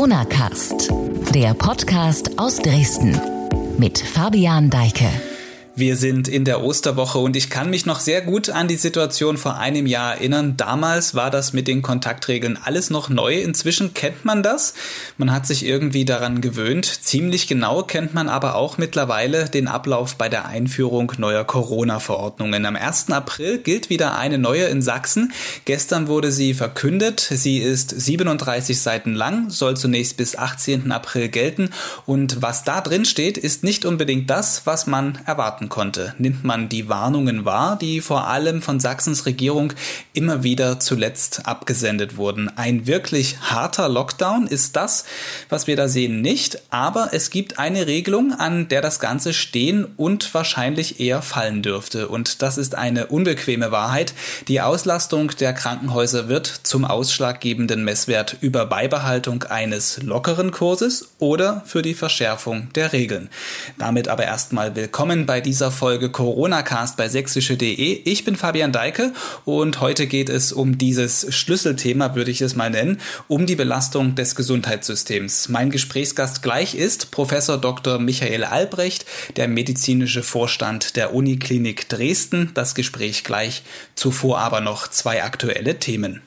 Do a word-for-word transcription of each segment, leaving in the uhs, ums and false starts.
Corona Cast, der Podcast aus Dresden mit Fabian Deike. Wir sind in der Osterwoche und ich kann mich noch sehr gut an die Situation vor einem Jahr erinnern. Damals war das mit den Kontaktregeln alles noch neu. Inzwischen kennt man das. Man hat sich irgendwie daran gewöhnt. Ziemlich genau kennt man aber auch mittlerweile den Ablauf bei der Einführung neuer Corona-Verordnungen. Am ersten April gilt wieder eine neue in Sachsen. Gestern wurde sie verkündet. Sie ist siebenunddreißig Seiten lang, soll zunächst bis achtzehnten April gelten. Und was da drin steht, ist nicht unbedingt das, was man erwarten konnte. Nimmt man die Warnungen wahr, die vor allem von Sachsens Regierung immer wieder zuletzt abgesendet wurden. Ein wirklich harter Lockdown ist das, was wir da sehen, nicht, aber es gibt eine Regelung, an der das Ganze stehen und wahrscheinlich eher fallen dürfte. Und das ist eine unbequeme Wahrheit. Die Auslastung der Krankenhäuser wird zum ausschlaggebenden Messwert über Beibehaltung eines lockeren Kurses oder für die Verschärfung der Regeln. Damit aber erstmal willkommen bei dieser Folge Corona Cast bei sächsische punkt de. Ich bin Fabian Deike und heute geht es um dieses Schlüsselthema, würde ich es mal nennen, um die Belastung des Gesundheitssystems. Mein Gesprächsgast gleich ist Professor Doktor Michael Albrecht, der medizinische Vorstand der Uniklinik Dresden. Das Gespräch gleich, zuvor aber noch zwei aktuelle Themen.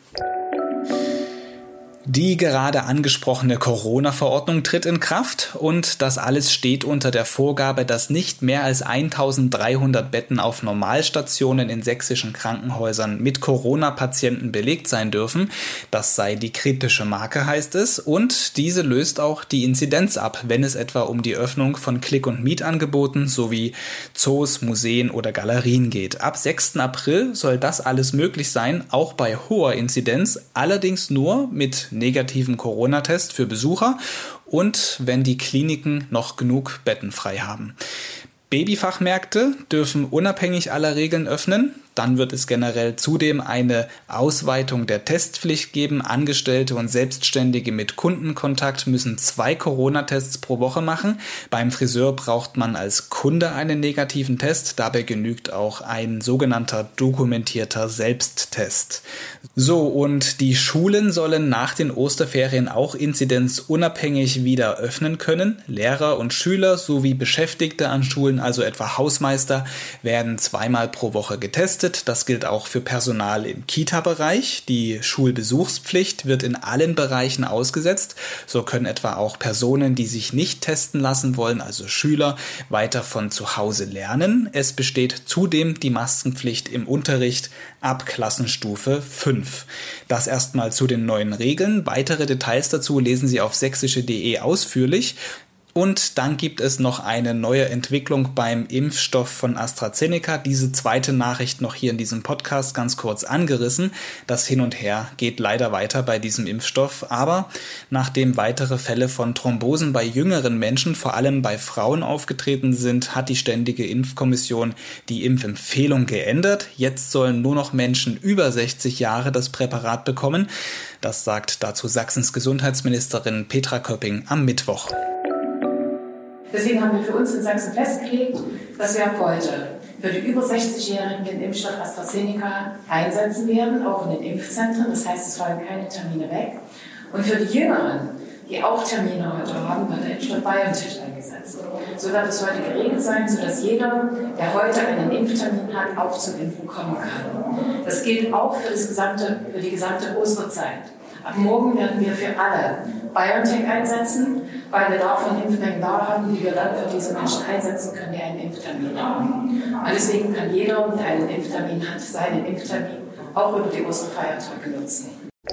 Die gerade angesprochene Corona-Verordnung tritt in Kraft und das alles steht unter der Vorgabe, dass nicht mehr als eintausenddreihundert Betten auf Normalstationen in sächsischen Krankenhäusern mit Corona-Patienten belegt sein dürfen. Das sei die kritische Marke, heißt es, und diese löst auch die Inzidenz ab, wenn es etwa um die Öffnung von Klick- und Mietangeboten sowie Zoos, Museen oder Galerien geht. Ab sechsten April soll das alles möglich sein, auch bei hoher Inzidenz, allerdings nur mit negativen Corona-Test für Besucher und wenn die Kliniken noch genug Betten frei haben. Babyfachmärkte dürfen unabhängig aller Regeln öffnen. Dann wird es generell zudem eine Ausweitung der Testpflicht geben. Angestellte und Selbstständige mit Kundenkontakt müssen zwei Corona-Tests pro Woche machen. Beim Friseur braucht man als Kunde einen negativen Test. Dabei genügt auch ein sogenannter dokumentierter Selbsttest. So, und die Schulen sollen nach den Osterferien auch inzidenzunabhängig wieder öffnen können. Lehrer und Schüler sowie Beschäftigte an Schulen, also etwa Hausmeister, werden zweimal pro Woche getestet. Das gilt auch für Personal im Kita-Bereich. Die Schulbesuchspflicht wird in allen Bereichen ausgesetzt. So können etwa auch Personen, die sich nicht testen lassen wollen, also Schüler, weiter von zu Hause lernen. Es besteht zudem die Maskenpflicht im Unterricht ab Klassenstufe fünf. Das erstmal zu den neuen Regeln. Weitere Details dazu lesen Sie auf sächsische punkt de ausführlich. Und dann gibt es noch eine neue Entwicklung beim Impfstoff von AstraZeneca. Diese zweite Nachricht noch hier in diesem Podcast ganz kurz angerissen. Das Hin und Her geht leider weiter bei diesem Impfstoff. Aber nachdem weitere Fälle von Thrombosen bei jüngeren Menschen, vor allem bei Frauen, aufgetreten sind, hat die Ständige Impfkommission die Impfempfehlung geändert. Jetzt sollen nur noch Menschen über sechzig Jahre das Präparat bekommen. Das sagt dazu Sachsens Gesundheitsministerin Petra Köpping am Mittwoch. Deswegen haben wir für uns in Sachsen festgelegt, dass wir ab heute für die über sechzigjährigen den Impfstoff AstraZeneca einsetzen werden, auch in den Impfzentren. Das heißt, es fallen keine Termine weg. Und für die Jüngeren, die auch Termine heute haben, wird der Impfstoff BioNTech eingesetzt. So wird es heute geregelt sein, sodass jeder, der heute einen Impftermin hat, auch zum Impfen kommen kann. Das gilt auch für, das gesamte, für die gesamte Osterzeit. Ab morgen werden wir für alle BioNTech einsetzen, weil wir davon Impfmengen da haben, die wir dann für diese Menschen einsetzen können, die einen Impftermin haben. Und deswegen kann jeder, der einen Impftermin hat, seinen Impftermin auch über die Osterfeiertage nutzen.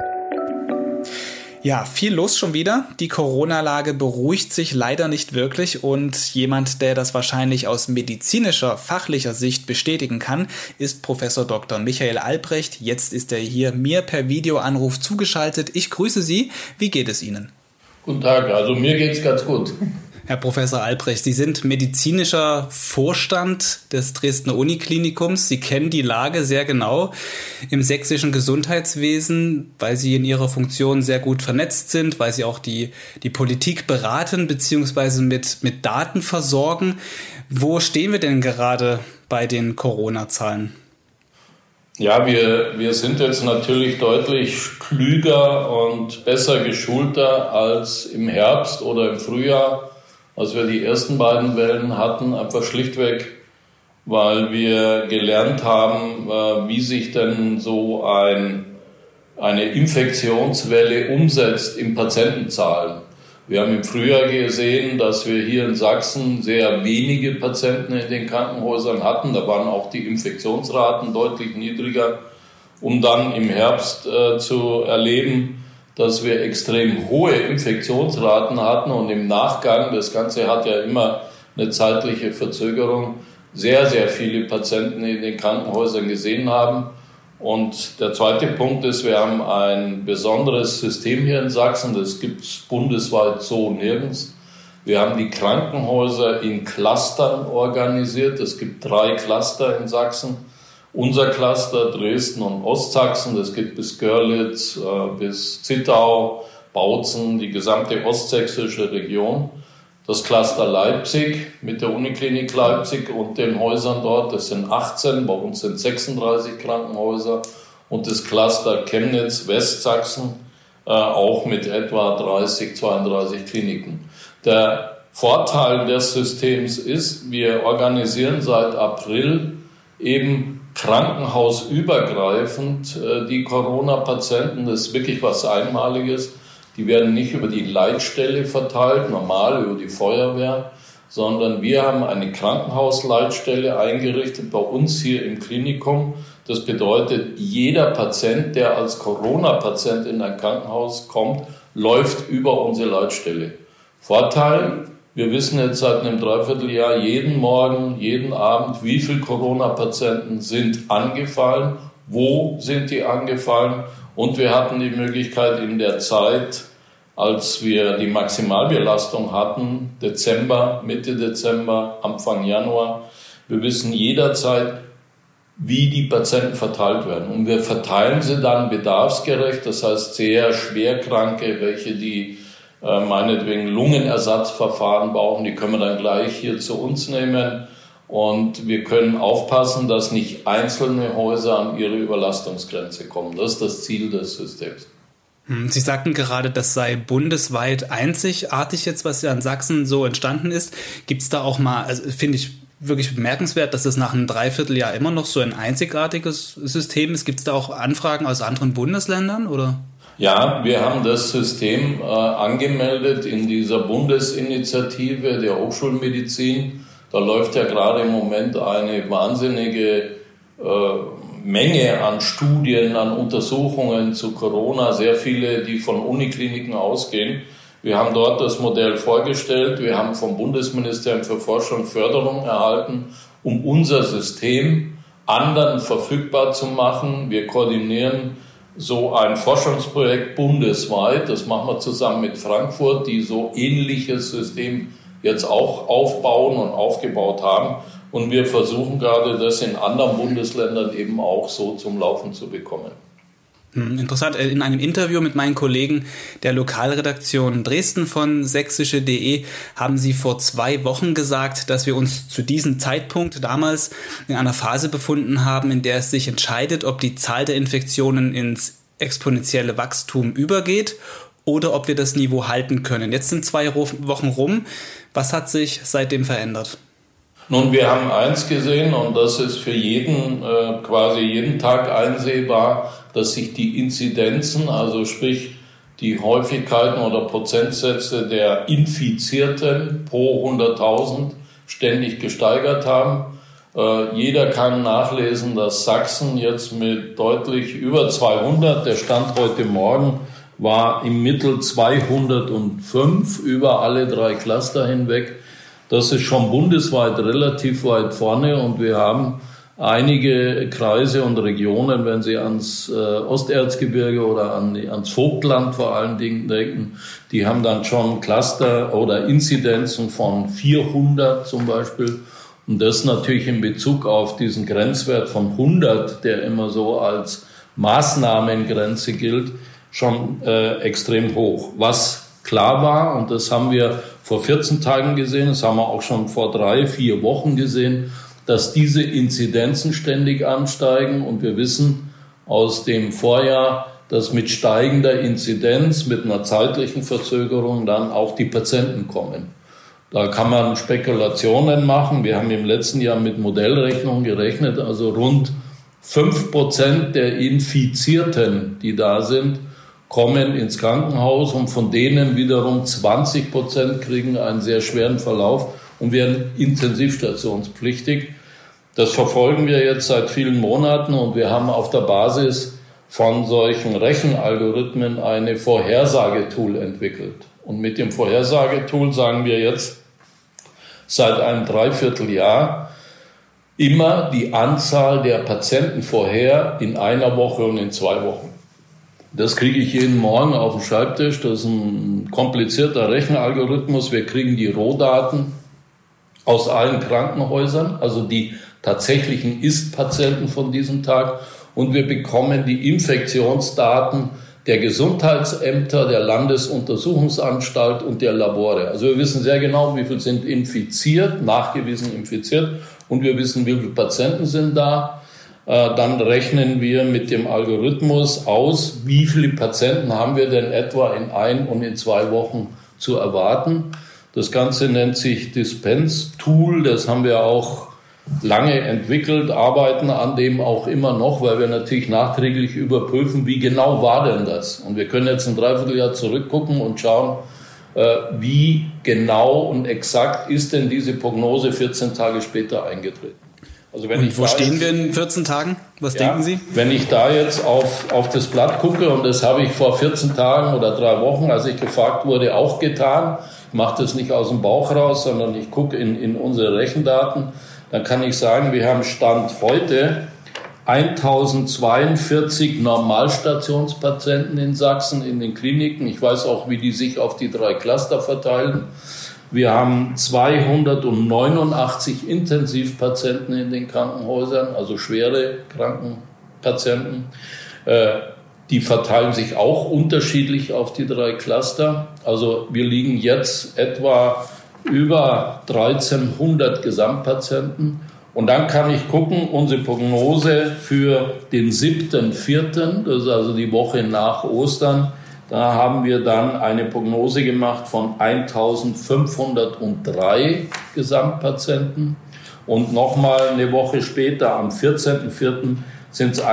Ja, viel los schon wieder. Die Corona-Lage beruhigt sich leider nicht wirklich und jemand, der das wahrscheinlich aus medizinischer, fachlicher Sicht bestätigen kann, ist Professor Doktor Michael Albrecht. Jetzt ist er hier mir per Videoanruf zugeschaltet. Ich grüße Sie. Wie geht es Ihnen? Guten Tag, also mir geht's ganz gut. Herr Professor Albrecht, Sie sind medizinischer Vorstand des Dresdner Uniklinikums. Sie kennen die Lage sehr genau im sächsischen Gesundheitswesen, weil Sie in Ihrer Funktion sehr gut vernetzt sind, weil Sie auch die, die Politik beraten bzw. mit, mit Daten versorgen. Wo stehen wir denn gerade bei den Corona-Zahlen? Ja, wir, wir sind jetzt natürlich deutlich klüger und besser geschulter als im Herbst oder im Frühjahr, als wir die ersten beiden Wellen hatten, einfach schlichtweg, weil wir gelernt haben, wie sich denn so ein, eine Infektionswelle umsetzt in Patientenzahlen. Wir haben im Frühjahr gesehen, dass wir hier in Sachsen sehr wenige Patienten in den Krankenhäusern hatten. Da waren auch die Infektionsraten deutlich niedriger, um dann im Herbst äh, zu erleben, dass wir extrem hohe Infektionsraten hatten und im Nachgang, das Ganze hat ja immer eine zeitliche Verzögerung, sehr, sehr viele Patienten in den Krankenhäusern gesehen haben. Und der zweite Punkt ist, wir haben ein besonderes System hier in Sachsen, das gibt es bundesweit so nirgends. Wir haben die Krankenhäuser in Clustern organisiert. Es gibt drei Cluster in Sachsen. Unser Cluster Dresden und Ostsachsen, das geht bis Görlitz, äh, bis Zittau, Bautzen, die gesamte ostsächsische Region. Das Cluster Leipzig mit der Uniklinik Leipzig und den Häusern dort, das sind achtzehn, bei uns sind sechsunddreißig Krankenhäuser. Und das Cluster Chemnitz Westsachsen äh, auch mit etwa dreißig, zweiunddreißig Kliniken. Der Vorteil des Systems ist, wir organisieren seit April eben krankenhausübergreifend äh, die Corona-Patienten. Das ist wirklich was Einmaliges. Die werden nicht über die Leitstelle verteilt, normal über die Feuerwehr, sondern wir haben eine Krankenhausleitstelle eingerichtet bei uns hier im Klinikum. Das bedeutet, jeder Patient, der als Corona-Patient in ein Krankenhaus kommt, läuft über unsere Leitstelle. Vorteil, wir wissen jetzt seit einem Dreivierteljahr jeden Morgen, jeden Abend, wie viele Corona-Patienten sind angefallen, wo sind die angefallen. Und wir hatten die Möglichkeit in der Zeit, als wir die Maximalbelastung hatten, Dezember, Mitte Dezember, Anfang Januar, wir wissen jederzeit, wie die Patienten verteilt werden. Und wir verteilen sie dann bedarfsgerecht, das heißt sehr Schwerkranke, welche die äh, meinetwegen Lungenersatzverfahren brauchen, die können wir dann gleich hier zu uns nehmen. Und wir können aufpassen, dass nicht einzelne Häuser an ihre Überlastungsgrenze kommen. Das ist das Ziel des Systems. Sie sagten gerade, das sei bundesweit einzigartig jetzt, was ja in Sachsen so entstanden ist. Gibt es da auch mal, also finde ich wirklich bemerkenswert, dass das nach einem Dreivierteljahr immer noch so ein einzigartiges System ist. Gibt es da auch Anfragen aus anderen Bundesländern, oder? Ja, wir haben das System äh, angemeldet in dieser Bundesinitiative der Hochschulmedizin. Da läuft ja gerade im Moment eine wahnsinnige äh, Menge an Studien, an Untersuchungen zu Corona, sehr viele, die von Unikliniken ausgehen. Wir haben dort das Modell vorgestellt. Wir haben vom Bundesministerium für Forschung und Förderung erhalten, um unser System anderen verfügbar zu machen. Wir koordinieren so ein Forschungsprojekt bundesweit. Das machen wir zusammen mit Frankfurt, die so ähnliches System jetzt auch aufbauen und aufgebaut haben. Und wir versuchen gerade, das in anderen Bundesländern eben auch so zum Laufen zu bekommen. Interessant. In einem Interview mit meinen Kollegen der Lokalredaktion Dresden von sächsische punkt de haben sie vor zwei Wochen gesagt, dass wir uns zu diesem Zeitpunkt damals in einer Phase befunden haben, in der es sich entscheidet, ob die Zahl der Infektionen ins exponentielle Wachstum übergeht oder ob wir das Niveau halten können. Jetzt sind zwei Wochen rum. Was hat sich seitdem verändert? Nun, wir haben eins gesehen und das ist für jeden äh, quasi jeden Tag einsehbar, dass sich die Inzidenzen, also sprich die Häufigkeiten oder Prozentsätze der Infizierten pro hunderttausend ständig gesteigert haben. Äh, jeder kann nachlesen, dass Sachsen jetzt mit deutlich über zweihundert, der Stand heute Morgen war im Mittel zweihundertfünf über alle drei Cluster hinweg. Das ist schon bundesweit relativ weit vorne und wir haben einige Kreise und Regionen, wenn Sie ans äh, Osterzgebirge oder an, ans Vogtland vor allen Dingen denken, die haben dann schon Cluster oder Inzidenzen von vierhundert zum Beispiel. Und das natürlich in Bezug auf diesen Grenzwert von hundert, der immer so als Maßnahmengrenze gilt, schon äh, extrem hoch. Was klar war, und das haben wir vor vierzehn Tagen gesehen, das haben wir auch schon vor drei, vier Wochen gesehen, dass diese Inzidenzen ständig ansteigen. Und wir wissen aus dem Vorjahr, dass mit steigender Inzidenz, mit einer zeitlichen Verzögerung dann auch die Patienten kommen. Da kann man Spekulationen machen. Wir haben im letzten Jahr mit Modellrechnungen gerechnet, also rund fünf Prozent der Infizierten, die da sind, kommen ins Krankenhaus und von denen wiederum zwanzig Prozent kriegen einen sehr schweren Verlauf und werden intensivstationspflichtig. Das verfolgen wir jetzt seit vielen Monaten und wir haben auf der Basis von solchen Rechenalgorithmen eine Vorhersagetool entwickelt. Und mit dem Vorhersagetool sagen wir jetzt seit einem Dreivierteljahr immer die Anzahl der Patienten vorher in einer Woche und in zwei Wochen. Das kriege ich jeden Morgen auf den Schreibtisch. Das ist ein komplizierter Rechenalgorithmus. Wir kriegen die Rohdaten aus allen Krankenhäusern, also die tatsächlichen Ist-Patienten von diesem Tag. Und wir bekommen die Infektionsdaten der Gesundheitsämter, der Landesuntersuchungsanstalt und der Labore. Also wir wissen sehr genau, wie viele sind infiziert, nachgewiesen infiziert, und wir wissen, wie viele Patienten sind da. Dann rechnen wir mit dem Algorithmus aus, wie viele Patienten haben wir denn etwa in ein und in zwei Wochen zu erwarten. Das Ganze nennt sich Dispense-Tool. Das haben wir auch lange entwickelt, arbeiten an dem auch immer noch, weil wir natürlich nachträglich überprüfen, wie genau war denn das. Und wir können jetzt ein Dreivierteljahr zurückgucken und schauen, wie genau und exakt ist denn diese Prognose vierzehn Tage später eingetreten. Also wenn und ich wo stehen jetzt, wir in vierzehn Tagen? Was ja, denken Sie? Wenn ich da jetzt auf, auf das Blatt gucke, und das habe ich vor vierzehn Tagen oder drei Wochen, als ich gefragt wurde, auch getan, ich mache das nicht aus dem Bauch raus, sondern ich gucke in, in unsere Rechendaten, dann kann ich sagen, wir haben Stand heute eintausendzweiundvierzig Normalstationspatienten in Sachsen in den Kliniken. Ich weiß auch, wie die sich auf die drei Cluster verteilen. Wir haben zweihundertneunundachtzig Intensivpatienten in den Krankenhäusern, also schwere Krankenpatienten. Die verteilen sich auch unterschiedlich auf die drei Cluster. Also wir liegen jetzt etwa über dreizehnhundert Gesamtpatienten. Und dann kann ich gucken, unsere Prognose für den siebten vierten, das ist also die Woche nach Ostern. Da haben wir dann eine Prognose gemacht von eintausendfünfhundertdrei Gesamtpatienten. Und nochmal eine Woche später, am vierzehnten vierten, sind es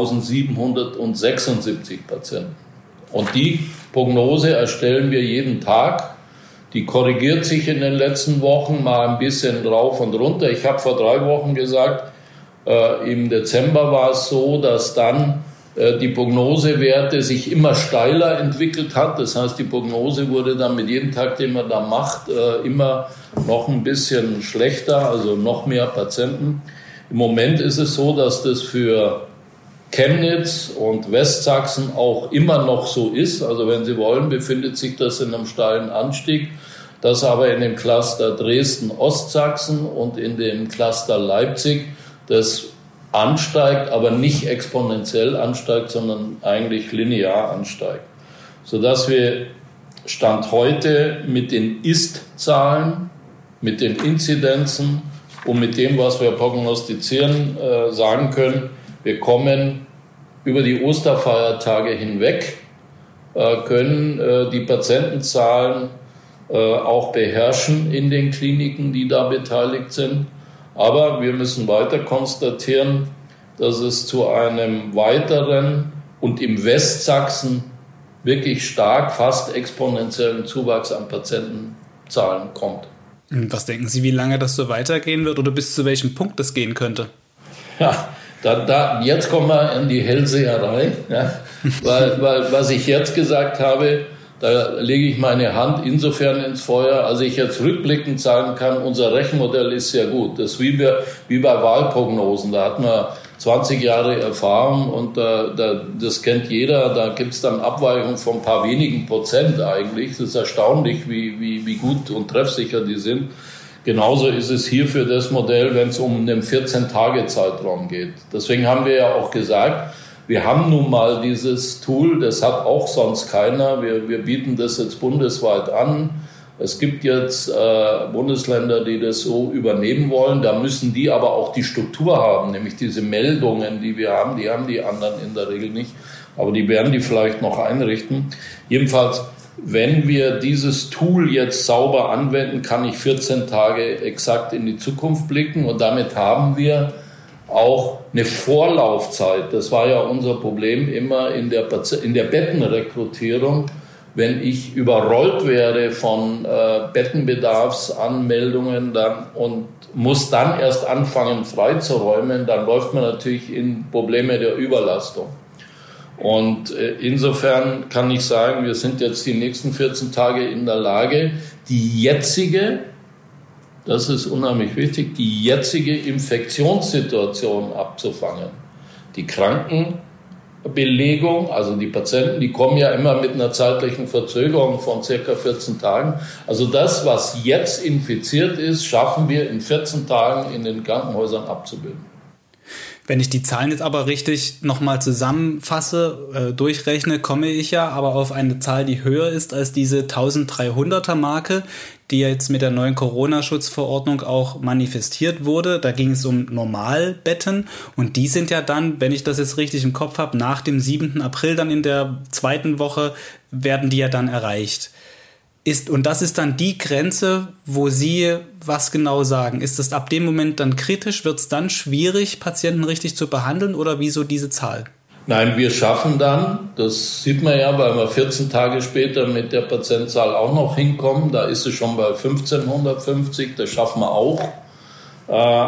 eintausendsiebenhundertsechsundsiebzig Patienten. Und die Prognose erstellen wir jeden Tag. Die korrigiert sich in den letzten Wochen mal ein bisschen rauf und runter. Ich habe vor drei Wochen gesagt, äh, im Dezember war es so, dass dann äh, die Prognosewerte sich immer steiler entwickelt hat. Das heißt, die Prognose wurde dann mit jedem Tag, den man da macht, äh, immer noch ein bisschen schlechter, also noch mehr Patienten. Im Moment ist es so, dass das für Chemnitz und Westsachsen auch immer noch so ist. Also wenn Sie wollen, befindet sich das in einem steilen Anstieg. Das aber in dem Cluster Dresden-Ostsachsen und in dem Cluster Leipzig, das ansteigt, aber nicht exponentiell ansteigt, sondern eigentlich linear ansteigt. Sodass wir Stand heute mit den Ist-Zahlen, mit den Inzidenzen und mit dem, was wir prognostizieren, äh, sagen können, wir kommen über die Osterfeiertage hinweg, äh, können äh, die Patientenzahlen äh, auch beherrschen in den Kliniken, die da beteiligt sind. Aber wir müssen weiter konstatieren, dass es zu einem weiteren und im Westsachsen wirklich stark, fast exponentiellen Zuwachs an Patientenzahlen kommt. Was denken Sie, wie lange das so weitergehen wird oder bis zu welchem Punkt das gehen könnte? Ja, da, da, jetzt kommen wir in die Hellseherei, ja, weil, weil was ich jetzt gesagt habe, da lege ich meine Hand insofern ins Feuer, als ich jetzt rückblickend sagen kann, unser Rechenmodell ist sehr gut. Das ist wie bei, wie bei Wahlprognosen, da hat man zwanzig Jahre Erfahrung und äh, da, das kennt jeder, da gibt es dann Abweichungen von ein paar wenigen Prozent eigentlich. Das ist erstaunlich, wie, wie, wie gut und treffsicher die sind. Genauso ist es hier für das Modell, wenn es um einen vierzehn-Tage-Zeitraum geht. Deswegen haben wir ja auch gesagt, wir haben nun mal dieses Tool, das hat auch sonst keiner. Wir, wir bieten das jetzt bundesweit an. Es gibt jetzt äh, Bundesländer, die das so übernehmen wollen. Da müssen die aber auch die Struktur haben, nämlich diese Meldungen, die wir haben. Die haben die anderen in der Regel nicht. Aber die werden die vielleicht noch einrichten. Jedenfalls, wenn wir dieses Tool jetzt sauber anwenden, kann ich vierzehn Tage exakt in die Zukunft blicken. Und damit haben wir auch eine Vorlaufzeit. Das war ja unser Problem immer in der, in der Bettenrekrutierung. Wenn ich überrollt werde von äh, Bettenbedarfsanmeldungen dann, und muss dann erst anfangen freizuräumen, dann läuft man natürlich in Probleme der Überlastung. Und äh, insofern kann ich sagen, wir sind jetzt die nächsten vierzehn Tage in der Lage, die jetzige, das ist unheimlich wichtig, die jetzige Infektionssituation abzufangen. Die Krankenbelegung, also die Patienten, die kommen ja immer mit einer zeitlichen Verzögerung von circa vierzehn Tagen. Also das, was jetzt infiziert ist, schaffen wir in vierzehn Tagen in den Krankenhäusern abzubilden. Wenn ich die Zahlen jetzt aber richtig nochmal zusammenfasse, äh, durchrechne, komme ich ja aber auf eine Zahl, die höher ist als diese eintausenddreihunderter Marke, die jetzt mit der neuen Corona-Schutzverordnung auch manifestiert wurde. Da ging es um Normalbetten und die sind ja dann, wenn ich das jetzt richtig im Kopf habe, nach dem siebten April dann in der zweiten Woche werden die ja dann erreicht. Ist, und das ist dann die Grenze, wo Sie was genau sagen. Ist es ab dem Moment dann kritisch? Wird es dann schwierig, Patienten richtig zu behandeln oder wieso diese Zahl? Nein, wir schaffen dann, das sieht man ja, weil wir vierzehn Tage später mit der Patientenzahl auch noch hinkommen. Da ist es schon bei fünfzehnhundertfünfzig, das schaffen wir auch. Äh,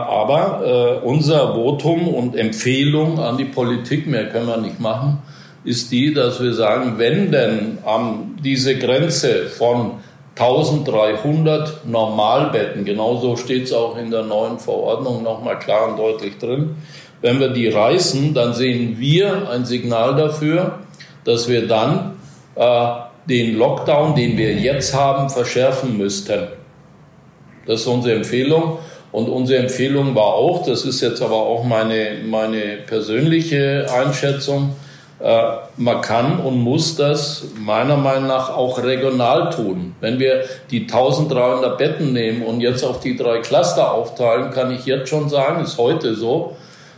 aber äh, unser Votum und Empfehlung an die Politik, mehr können wir nicht machen, ist die, dass wir sagen, wenn denn ähm, diese Grenze von eintausenddreihundert Normalbetten, genauso steht es auch in der neuen Verordnung nochmal klar und deutlich drin, wenn wir die reißen, dann sehen wir ein Signal dafür, dass wir dann äh, den Lockdown, den wir jetzt haben, verschärfen müssten. Das ist unsere Empfehlung. Und unsere Empfehlung war auch, das ist jetzt aber auch meine, meine persönliche Einschätzung, man kann und muss das meiner Meinung nach auch regional tun. Wenn wir die eintausenddreihundert Betten nehmen und jetzt auf die drei Cluster aufteilen, kann ich jetzt schon sagen, ist heute so,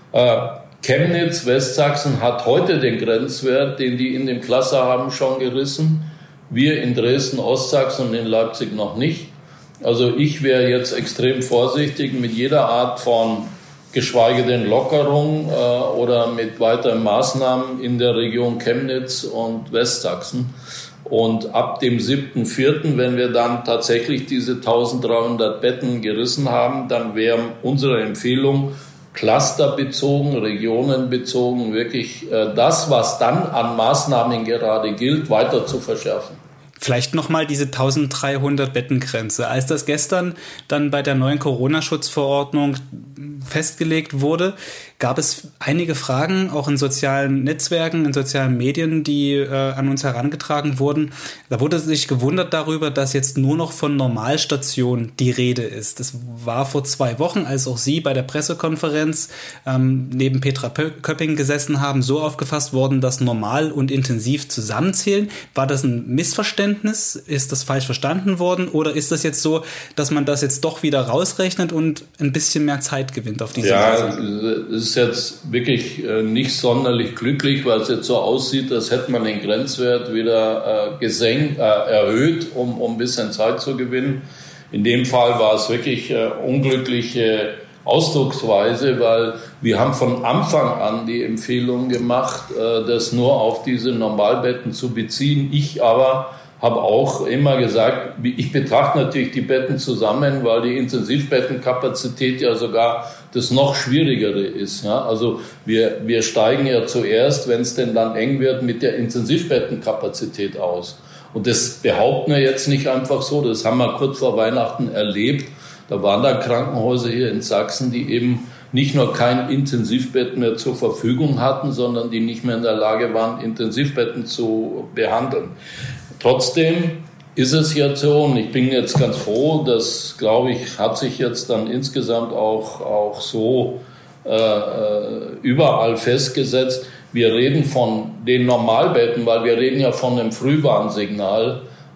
Chemnitz, Westsachsen hat heute den Grenzwert, den die in dem Cluster haben, schon gerissen. Wir in Dresden, Ostsachsen und in Leipzig noch nicht. Also ich wäre jetzt extrem vorsichtig mit jeder Art von geschweige denn Lockerung äh, oder mit weiteren Maßnahmen in der Region Chemnitz und Westsachsen. Und ab dem siebten vierten, wenn wir dann tatsächlich diese eintausenddreihundert Betten gerissen haben, dann wäre unsere Empfehlung, clusterbezogen, regionenbezogen, wirklich äh, das, was dann an Maßnahmen gerade gilt, weiter zu verschärfen. Vielleicht nochmal diese eintausenddreihundert Bettengrenze. Als das gestern dann bei der neuen Corona-Schutzverordnung festgelegt wurde, gab es einige Fragen, auch in sozialen Netzwerken, in sozialen Medien, die äh, an uns herangetragen wurden. Da wurde sich gewundert darüber, dass jetzt nur noch von Normalstation die Rede ist. Das war vor zwei Wochen, als auch Sie bei der Pressekonferenz ähm, neben Petra Köpping gesessen haben, so aufgefasst worden, dass normal und intensiv zusammenzählen. War das ein Missverständnis? Ist das falsch verstanden worden? Oder ist das jetzt so, dass man das jetzt doch wieder rausrechnet und ein bisschen mehr Zeit gewinnt auf diese ja, Weise? Es ist jetzt wirklich nicht sonderlich glücklich, weil es jetzt so aussieht, als hätte man den Grenzwert wieder äh, gesenkt, äh, erhöht, um, um ein bisschen Zeit zu gewinnen. In dem Fall war es wirklich äh, unglückliche Ausdrucksweise, weil wir haben von Anfang an die Empfehlung gemacht, äh, das nur auf diese Normalbetten zu beziehen. Ich aber habe auch immer gesagt, ich betrachte natürlich die Betten zusammen, weil die Intensivbettenkapazität ja sogar das noch Schwierigere ist. Ja? Also wir, wir steigen ja zuerst, wenn es denn dann eng wird, mit der Intensivbettenkapazität aus. Und das behaupten wir jetzt nicht einfach so, das haben wir kurz vor Weihnachten erlebt. Da waren da Krankenhäuser hier in Sachsen, die eben nicht nur kein Intensivbett mehr zur Verfügung hatten, sondern die nicht mehr in der Lage waren, Intensivbetten zu behandeln. Trotzdem ist es jetzt so, und ich bin jetzt ganz froh, das, glaube ich, hat sich jetzt dann insgesamt auch, auch so äh, überall festgesetzt. Wir reden von den Normalbetten, weil wir reden ja von einem Frühwarnsignal.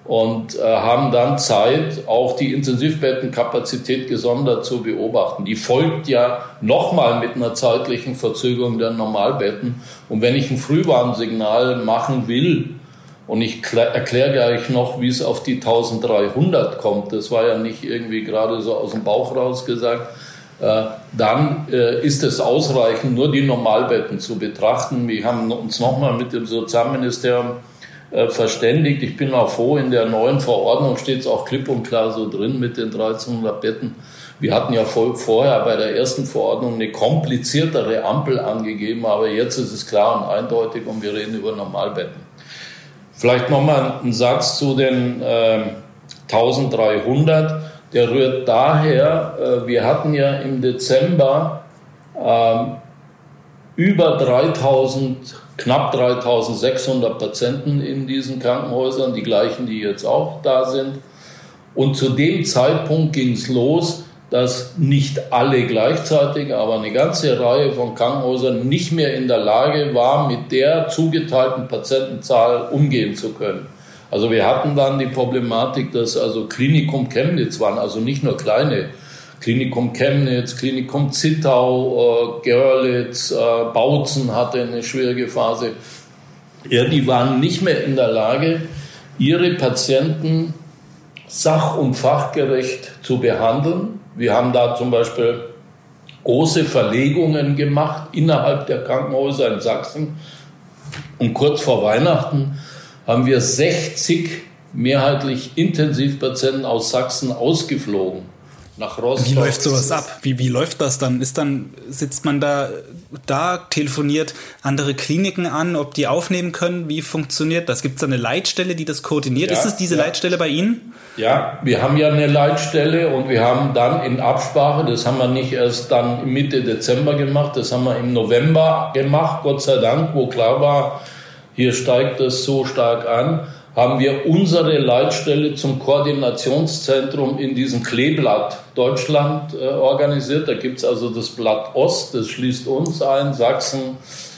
und äh, haben dann Zeit, auch die Intensivbettenkapazität gesondert zu beobachten. Die folgt ja nochmal mit einer zeitlichen Verzögerung der Normalbetten. Und wenn ich ein Frühwarnsignal machen will, und ich erkläre gleich noch, wie es auf die eintausenddreihundert kommt, das war ja nicht irgendwie gerade so aus dem Bauch raus gesagt, äh, dann äh, ist es ausreichend, nur die Normalbetten zu betrachten. Wir haben uns nochmal mit dem Sozialministerium verständigt. Ich bin auch froh, in der neuen Verordnung steht es auch klipp und klar so drin mit den dreizehnhundert Betten. Wir hatten ja vorher bei der ersten Verordnung eine kompliziertere Ampel angegeben, aber jetzt ist es klar und eindeutig und wir reden über Normalbetten. Vielleicht nochmal ein Satz zu den äh, eintausenddreihundert. Der rührt daher, äh, wir hatten ja im Dezember äh, über dreitausend, knapp dreitausendsechshundert Patienten in diesen Krankenhäusern, die gleichen, die jetzt auch da sind. Und zu dem Zeitpunkt ging es los, dass nicht alle gleichzeitig, aber eine ganze Reihe von Krankenhäusern nicht mehr in der Lage war, mit der zugeteilten Patientenzahl umgehen zu können. Also wir hatten dann die Problematik, dass also Klinikum Chemnitz waren, also nicht nur kleine Klinikum Chemnitz, Klinikum Zittau, äh, Görlitz, äh, Bautzen hatte eine schwierige Phase. Ja, die waren nicht mehr in der Lage, ihre Patienten sach- und fachgerecht zu behandeln. Wir haben da zum Beispiel große Verlegungen gemacht innerhalb der Krankenhäuser in Sachsen. Und kurz vor Weihnachten haben wir sechzig mehrheitlich Intensivpatienten aus Sachsen ausgeflogen. Nach Rostock. Wie läuft sowas ab? Wie, wie läuft das dann? Ist dann, sitzt man da, da, telefoniert andere Kliniken an, ob die aufnehmen können? Wie funktioniert das? Gibt es da eine Leitstelle, die das koordiniert? Ja, ist es diese ja. Leitstelle bei Ihnen? Ja, wir haben ja eine Leitstelle und wir haben dann in Absprache, das haben wir nicht erst dann Mitte Dezember gemacht, das haben wir im November gemacht, Gott sei Dank, wo klar war, hier steigt das so stark an, haben wir unsere Leitstelle zum Koordinationszentrum in diesem Kleeblatt Deutschland äh, organisiert. Da gibt es also das Blatt Ost, das schließt uns ein, Sachsen,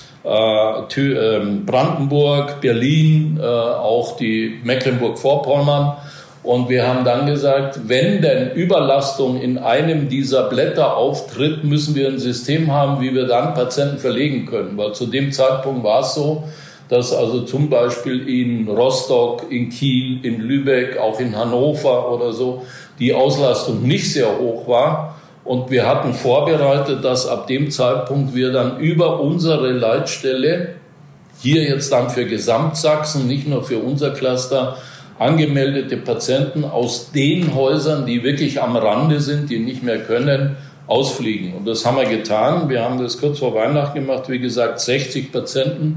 äh, Thü- äh, Brandenburg, Berlin, äh, auch die Mecklenburg-Vorpommern. Und wir haben dann gesagt, wenn denn Überlastung in einem dieser Blätter auftritt, müssen wir ein System haben, wie wir dann Patienten verlegen können. Weil zu dem Zeitpunkt war es so, dass also zum Beispiel in Rostock, in Kiel, in Lübeck, auch in Hannover oder so die Auslastung nicht sehr hoch war. Und wir hatten vorbereitet, dass ab dem Zeitpunkt wir dann über unsere Leitstelle, hier jetzt dann für Gesamtsachsen, nicht nur für unser Cluster, angemeldete Patienten aus den Häusern, die wirklich am Rande sind, die nicht mehr können, ausfliegen. Und das haben wir getan. Wir haben das kurz vor Weihnachten gemacht, wie gesagt, sechzig Patienten.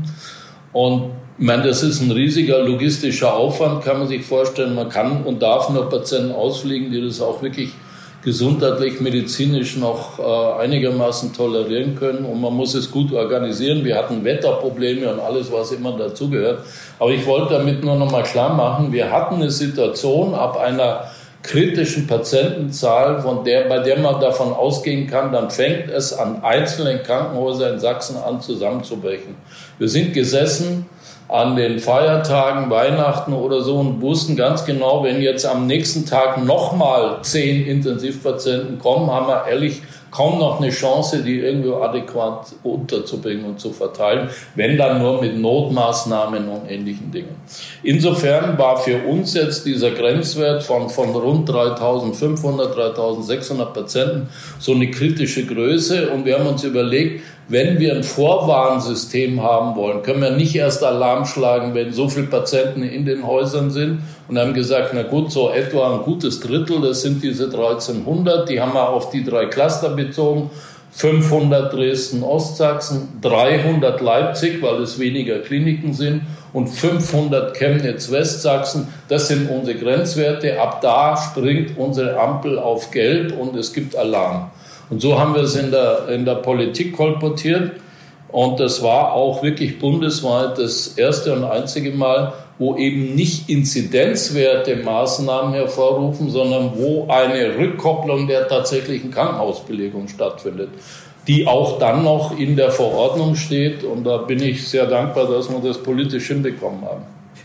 Und ich meine, das ist ein riesiger logistischer Aufwand, kann man sich vorstellen. Man kann und darf nur Patienten ausfliegen, die das auch wirklich gesundheitlich, medizinisch noch äh, einigermaßen tolerieren können. Und man muss es gut organisieren. Wir hatten Wetterprobleme und alles, was immer dazugehört. Aber ich wollte damit nur noch mal klar machen, wir hatten eine Situation ab einer kritischen Patientenzahl, von der, bei der man davon ausgehen kann, dann fängt es an einzelnen Krankenhäusern in Sachsen an zusammenzubrechen. Wir sind gesessen an den Feiertagen, Weihnachten oder so und wussten ganz genau, wenn jetzt am nächsten Tag nochmal zehn Intensivpatienten kommen, haben wir ehrlich kaum noch eine Chance, die irgendwie adäquat unterzubringen und zu verteilen, wenn dann nur mit Notmaßnahmen und ähnlichen Dingen. Insofern war für uns jetzt dieser Grenzwert von, von rund dreitausendfünfhundert, dreitausendsechshundert Patienten so eine kritische Größe und wir haben uns überlegt, wenn wir ein Vorwarnsystem haben wollen, können wir nicht erst Alarm schlagen, wenn so viele Patienten in den Häusern sind und haben gesagt, na gut, so etwa ein gutes Drittel, das sind diese dreizehnhundert, die haben wir auf die drei Cluster bezogen, fünfhundert Dresden, Ostsachsen, dreihundert Leipzig, weil es weniger Kliniken sind und fünfhundert Chemnitz, Westsachsen, das sind unsere Grenzwerte, ab da springt unsere Ampel auf Gelb und es gibt Alarm. Und so haben wir es in der, in der Politik kolportiert. Und das war auch wirklich bundesweit das erste und einzige Mal, wo eben nicht Inzidenzwerte Maßnahmen hervorrufen, sondern wo eine Rückkopplung der tatsächlichen Krankenhausbelegung stattfindet, die auch dann noch in der Verordnung steht. Und da bin ich sehr dankbar, dass wir das politisch hinbekommen haben.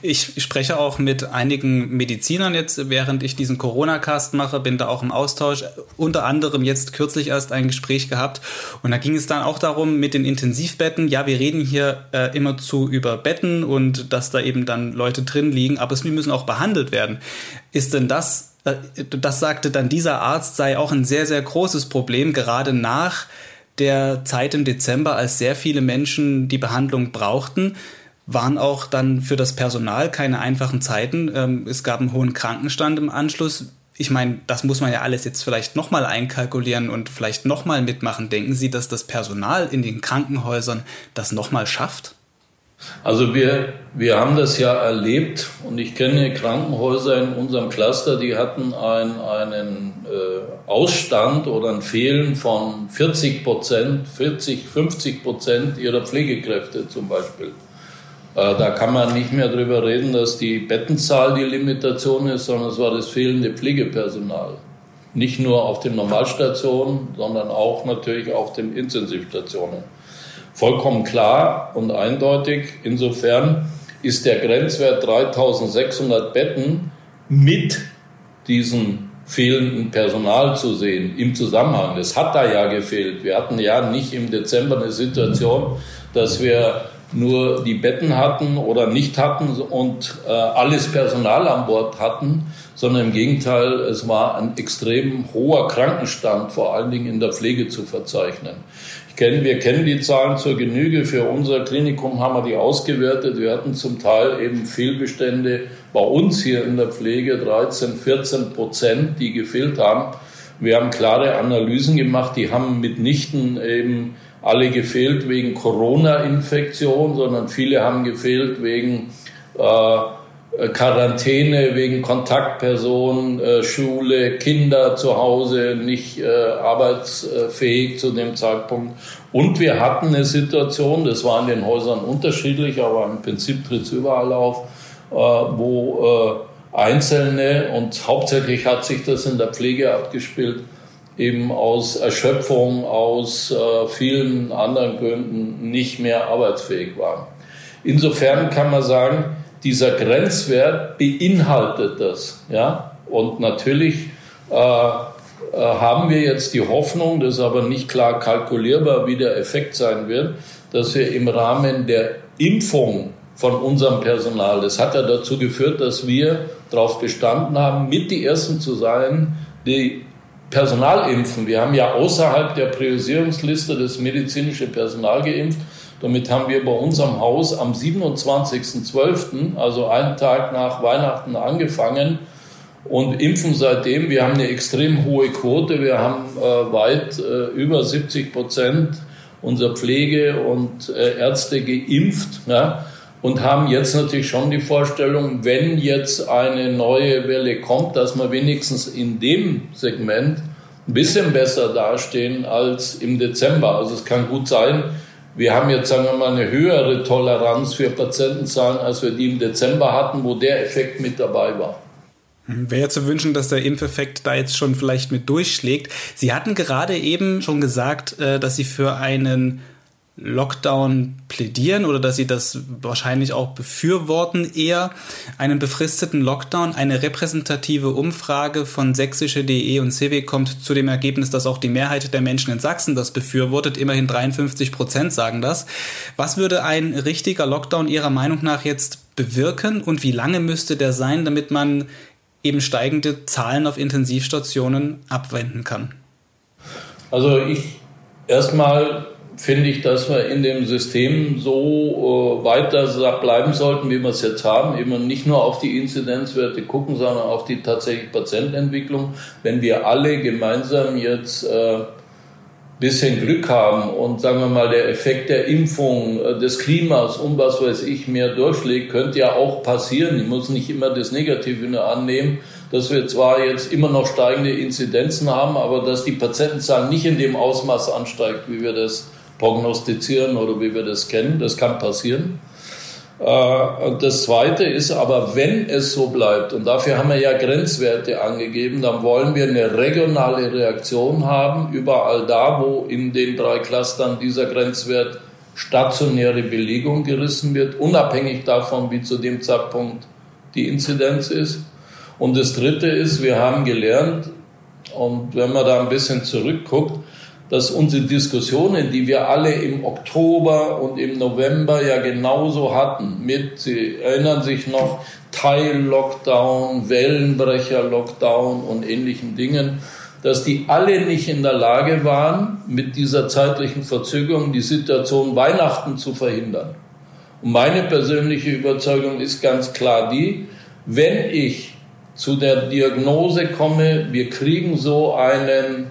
Ich spreche auch mit einigen Medizinern jetzt, während ich diesen Corona-Cast mache, bin da auch im Austausch. Unter anderem jetzt kürzlich erst ein Gespräch gehabt und da ging es dann auch darum mit den Intensivbetten. Ja, wir reden hier äh, immerzu über Betten und dass da eben dann Leute drin liegen, aber sie müssen auch behandelt werden. Ist denn das, äh, das sagte dann dieser Arzt, sei auch ein sehr, sehr großes Problem, gerade nach der Zeit im Dezember, als sehr viele Menschen die Behandlung brauchten, waren auch dann für das Personal keine einfachen Zeiten. Ähm, es gab einen hohen Krankenstand im Anschluss. Ich meine, das muss man ja alles jetzt vielleicht nochmal einkalkulieren und vielleicht nochmal mitmachen. Denken Sie, dass das Personal in den Krankenhäusern das nochmal schafft? Also wir, wir haben das ja erlebt und ich kenne Krankenhäuser in unserem Cluster, die hatten ein, einen äh, Ausstand oder ein Fehlen von vierzig Prozent, vierzig, fünfzig Prozent ihrer Pflegekräfte zum Beispiel. Da kann man nicht mehr drüber reden, dass die Bettenzahl die Limitation ist, sondern es war das fehlende Pflegepersonal. Nicht nur auf den Normalstationen, sondern auch natürlich auf den Intensivstationen. Vollkommen klar und eindeutig. Insofern ist der Grenzwert dreitausendsechshundert Betten mit diesem fehlenden Personal zu sehen im Zusammenhang. Es hat da ja gefehlt. Wir hatten ja nicht im Dezember eine Situation, dass wir nur die Betten hatten oder nicht hatten und äh, alles Personal an Bord hatten, sondern im Gegenteil, es war ein extrem hoher Krankenstand, vor allen Dingen in der Pflege zu verzeichnen. Ich kenn, wir kennen die Zahlen zur Genüge. Für unser Klinikum haben wir die ausgewertet. Wir hatten zum Teil eben Fehlbestände bei uns hier in der Pflege, dreizehn, vierzehn Prozent, die gefehlt haben. Wir haben klare Analysen gemacht, die haben mitnichten eben alle gefehlt wegen Corona-Infektion, sondern viele haben gefehlt wegen äh, Quarantäne, wegen Kontaktpersonen, äh, Schule, Kinder zu Hause, nicht äh, arbeitsfähig zu dem Zeitpunkt. Und wir hatten eine Situation, das war in den Häusern unterschiedlich, aber im Prinzip tritt es überall auf, äh, wo äh, Einzelne, und hauptsächlich hat sich das in der Pflege abgespielt, eben aus Erschöpfung, aus äh, vielen anderen Gründen nicht mehr arbeitsfähig waren. Insofern kann man sagen, dieser Grenzwert beinhaltet das. Ja? Und natürlich äh, äh, haben wir jetzt die Hoffnung, das ist aber nicht klar kalkulierbar, wie der Effekt sein wird, dass wir im Rahmen der Impfung von unserem Personal, das hat ja dazu geführt, dass wir darauf bestanden haben, mit die Ersten zu sein, die Personal impfen. Wir haben ja außerhalb der Priorisierungsliste das medizinische Personal geimpft. Damit haben wir bei unserem Haus am siebenundzwanzigsten zwölften, also einen Tag nach Weihnachten, angefangen und impfen seitdem. Wir haben eine extrem hohe Quote. Wir haben äh, weit äh, über siebzig Prozent unserer Pflege und äh, Ärzte geimpft, ja, und haben jetzt natürlich schon die Vorstellung, wenn jetzt eine neue Welle kommt, dass wir wenigstens in dem Segment ein bisschen besser dastehen als im Dezember. Also es kann gut sein, wir haben jetzt, sagen wir mal, eine höhere Toleranz für Patientenzahlen, als wir die im Dezember hatten, wo der Effekt mit dabei war. Wäre ja zu wünschen, dass der Impfeffekt da jetzt schon vielleicht mit durchschlägt. Sie hatten gerade eben schon gesagt, dass Sie für einen Lockdown plädieren oder dass Sie das wahrscheinlich auch befürworten, eher einen befristeten Lockdown. Eine repräsentative Umfrage von sächsische punkt de und C W kommt zu dem Ergebnis, dass auch die Mehrheit der Menschen in Sachsen das befürwortet. Immerhin dreiundfünfzig Prozent sagen das. Was würde ein richtiger Lockdown Ihrer Meinung nach jetzt bewirken und wie lange müsste der sein, damit man eben steigende Zahlen auf Intensivstationen abwenden kann? Also ich erstmal finde ich, dass wir in dem System so äh, weiter bleiben sollten, wie wir es jetzt haben. Eben nicht nur auf die Inzidenzwerte gucken, sondern auf die tatsächliche Patientenentwicklung. Wenn wir alle gemeinsam jetzt äh, bisschen Glück haben und sagen wir mal der Effekt der Impfung, äh, des Klimas und was weiß ich mehr durchschlägt, könnte ja auch passieren. Ich muss nicht immer das Negative nur annehmen, dass wir zwar jetzt immer noch steigende Inzidenzen haben, aber dass die Patientenzahl nicht in dem Ausmaß ansteigt, wie wir das prognostizieren oder wie wir das kennen. Das kann passieren. Das Zweite ist aber, wenn es so bleibt, und dafür haben wir ja Grenzwerte angegeben, dann wollen wir eine regionale Reaktion haben, überall da, wo in den drei Clustern dieser Grenzwert stationäre Belegung gerissen wird, unabhängig davon, wie zu dem Zeitpunkt die Inzidenz ist. Und das Dritte ist, wir haben gelernt, und wenn man da ein bisschen zurückguckt, dass unsere Diskussionen, die wir alle im Oktober und im November ja genauso hatten, mit, Sie erinnern sich noch, Teil-Lockdown, Wellenbrecher-Lockdown und ähnlichen Dingen, dass die alle nicht in der Lage waren, mit dieser zeitlichen Verzögerung die Situation Weihnachten zu verhindern. Und meine persönliche Überzeugung ist ganz klar die, wenn ich zu der Diagnose komme, wir kriegen so einen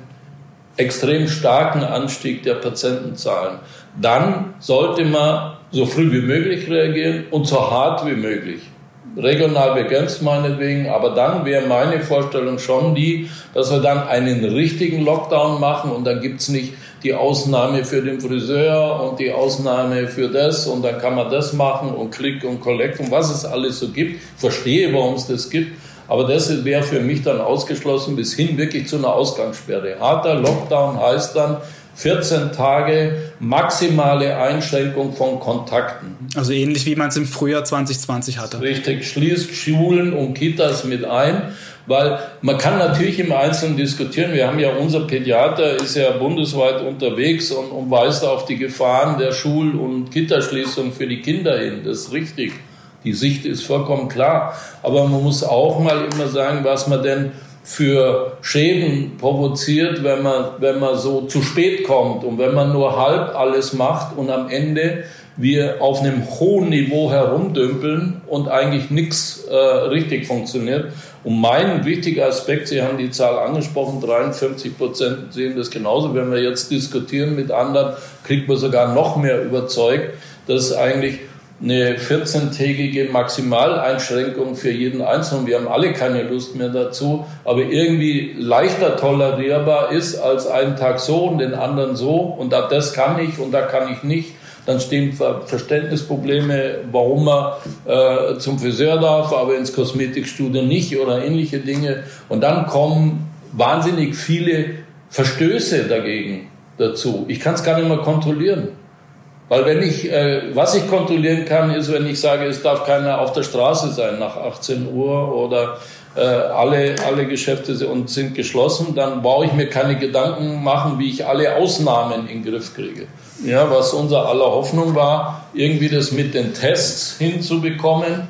extrem starken Anstieg der Patientenzahlen, dann sollte man so früh wie möglich reagieren und so hart wie möglich. Regional begrenzt meinetwegen, aber dann wäre meine Vorstellung schon die, dass wir dann einen richtigen Lockdown machen und dann gibt's nicht die Ausnahme für den Friseur und die Ausnahme für das und dann kann man das machen und Click und Collect und was es alles so gibt. Ich verstehe, warum es das gibt, aber das wäre für mich dann ausgeschlossen bis hin wirklich zu einer Ausgangssperre. Harter Lockdown heißt dann vierzehn Tage maximale Einschränkung von Kontakten. Also ähnlich wie man es im Frühjahr zwanzig zwanzig hatte. Richtig, schließt Schulen und Kitas mit ein, weil man kann natürlich im Einzelnen diskutieren. Wir haben ja, unser Pädiater ist ja bundesweit unterwegs und, und weist auf die Gefahren der Schul- und Kitaschließung für die Kinder hin. Das ist richtig. Die Sicht ist vollkommen klar. Aber man muss auch mal immer sagen, was man denn für Schäden provoziert, wenn man, wenn man so zu spät kommt und wenn man nur halb alles macht und am Ende wir auf einem hohen Niveau herumdümpeln und eigentlich nichts äh, richtig funktioniert. Und mein wichtiger Aspekt, Sie haben die Zahl angesprochen, dreiundfünfzig Prozent sehen das genauso. Wenn wir jetzt diskutieren mit anderen, kriegt man sogar noch mehr überzeugt, dass eigentlich eine vierzehntägige Maximaleinschränkung für jeden Einzelnen, wir haben alle keine Lust mehr dazu, aber irgendwie leichter tolerierbar ist als einen Tag so und den anderen so und da das kann ich und da kann ich nicht. Dann stehen Verständnisprobleme, warum man äh, zum Friseur darf, aber ins Kosmetikstudio nicht oder ähnliche Dinge. Und dann kommen wahnsinnig viele Verstöße dagegen dazu. Ich kann es gar nicht mehr kontrollieren. Weil wenn ich, äh, was ich kontrollieren kann, ist, wenn ich sage, es darf keiner auf der Straße sein nach achtzehn Uhr oder äh, alle, alle Geschäfte sind, sind geschlossen, dann brauche ich mir keine Gedanken machen, wie ich alle Ausnahmen in den Griff kriege. Ja, was unser aller Hoffnung war, irgendwie das mit den Tests hinzubekommen,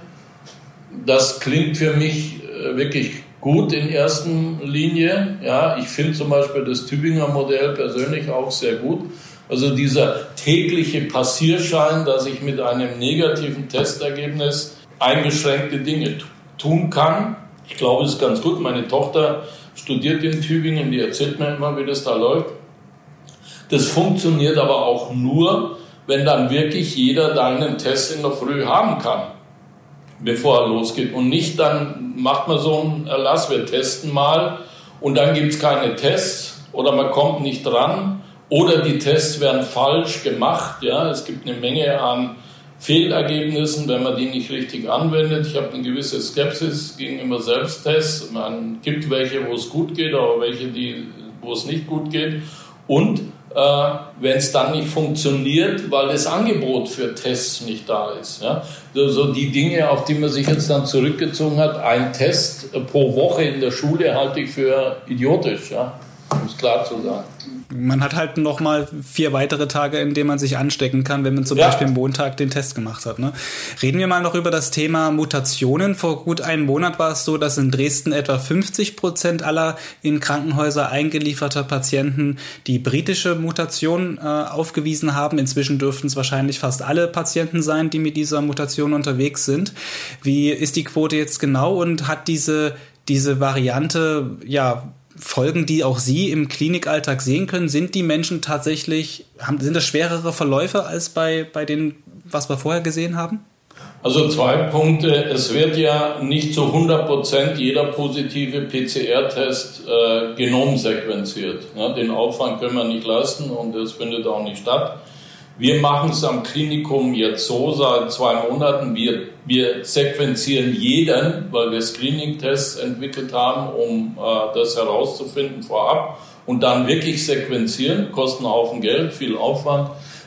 das klingt für mich äh, wirklich gut in erster Linie. Ja, ich finde zum Beispiel das Tübinger Modell persönlich auch sehr gut. Also dieser tägliche Passierschein, dass ich mit einem negativen Testergebnis eingeschränkte Dinge tun kann. Ich glaube, es ist ganz gut. Meine Tochter studiert in Tübingen, die erzählt mir immer, wie das da läuft. Das funktioniert aber auch nur, wenn dann wirklich jeder deinen Test in der Früh haben kann, bevor er losgeht. Und nicht dann macht man so einen Erlass, wir testen mal und dann gibt es keine Tests oder man kommt nicht dran. Oder die Tests werden falsch gemacht. Ja, es gibt eine Menge an Fehlergebnissen, wenn man die nicht richtig anwendet. Ich habe eine gewisse Skepsis gegenüber Selbsttests. Man gibt welche, wo es gut geht, aber welche, die, wo es nicht gut geht. Und äh, wenn es dann nicht funktioniert, weil das Angebot für Tests nicht da ist. Ja? So, so die Dinge, auf die man sich jetzt dann zurückgezogen hat, ein Test pro Woche in der Schule halte ich für idiotisch, ja? Um es klar zu sagen. Man hat halt noch mal vier weitere Tage, in denen man sich anstecken kann, wenn man zum ja. Beispiel am Montag den Test gemacht hat. Ne? Reden wir mal noch über das Thema Mutationen. Vor gut einem Monat war es so, dass in Dresden etwa fünfzig Prozent aller in Krankenhäuser eingelieferter Patienten die britische Mutation äh, aufgewiesen haben. Inzwischen dürften es wahrscheinlich fast alle Patienten sein, die mit dieser Mutation unterwegs sind. Wie ist die Quote jetzt genau und hat diese, diese Variante, ja, Folgen, die auch Sie im Klinikalltag sehen können? Sind die Menschen tatsächlich, haben, sind das schwerere Verläufe als bei, bei den, was wir vorher gesehen haben? Also zwei Punkte. Es wird ja nicht zu hundert Prozent jeder positive P C R-Test äh, genomsequenziert. Ja, den Aufwand können wir nicht leisten und das findet auch nicht statt. Wir machen es am Klinikum jetzt so seit zwei Monaten. Wir, wir sequenzieren jeden, weil wir Screening-Tests entwickelt haben, um äh, das herauszufinden vorab und dann wirklich sequenzieren. Kostet einen Haufen Geld, viel Aufwand.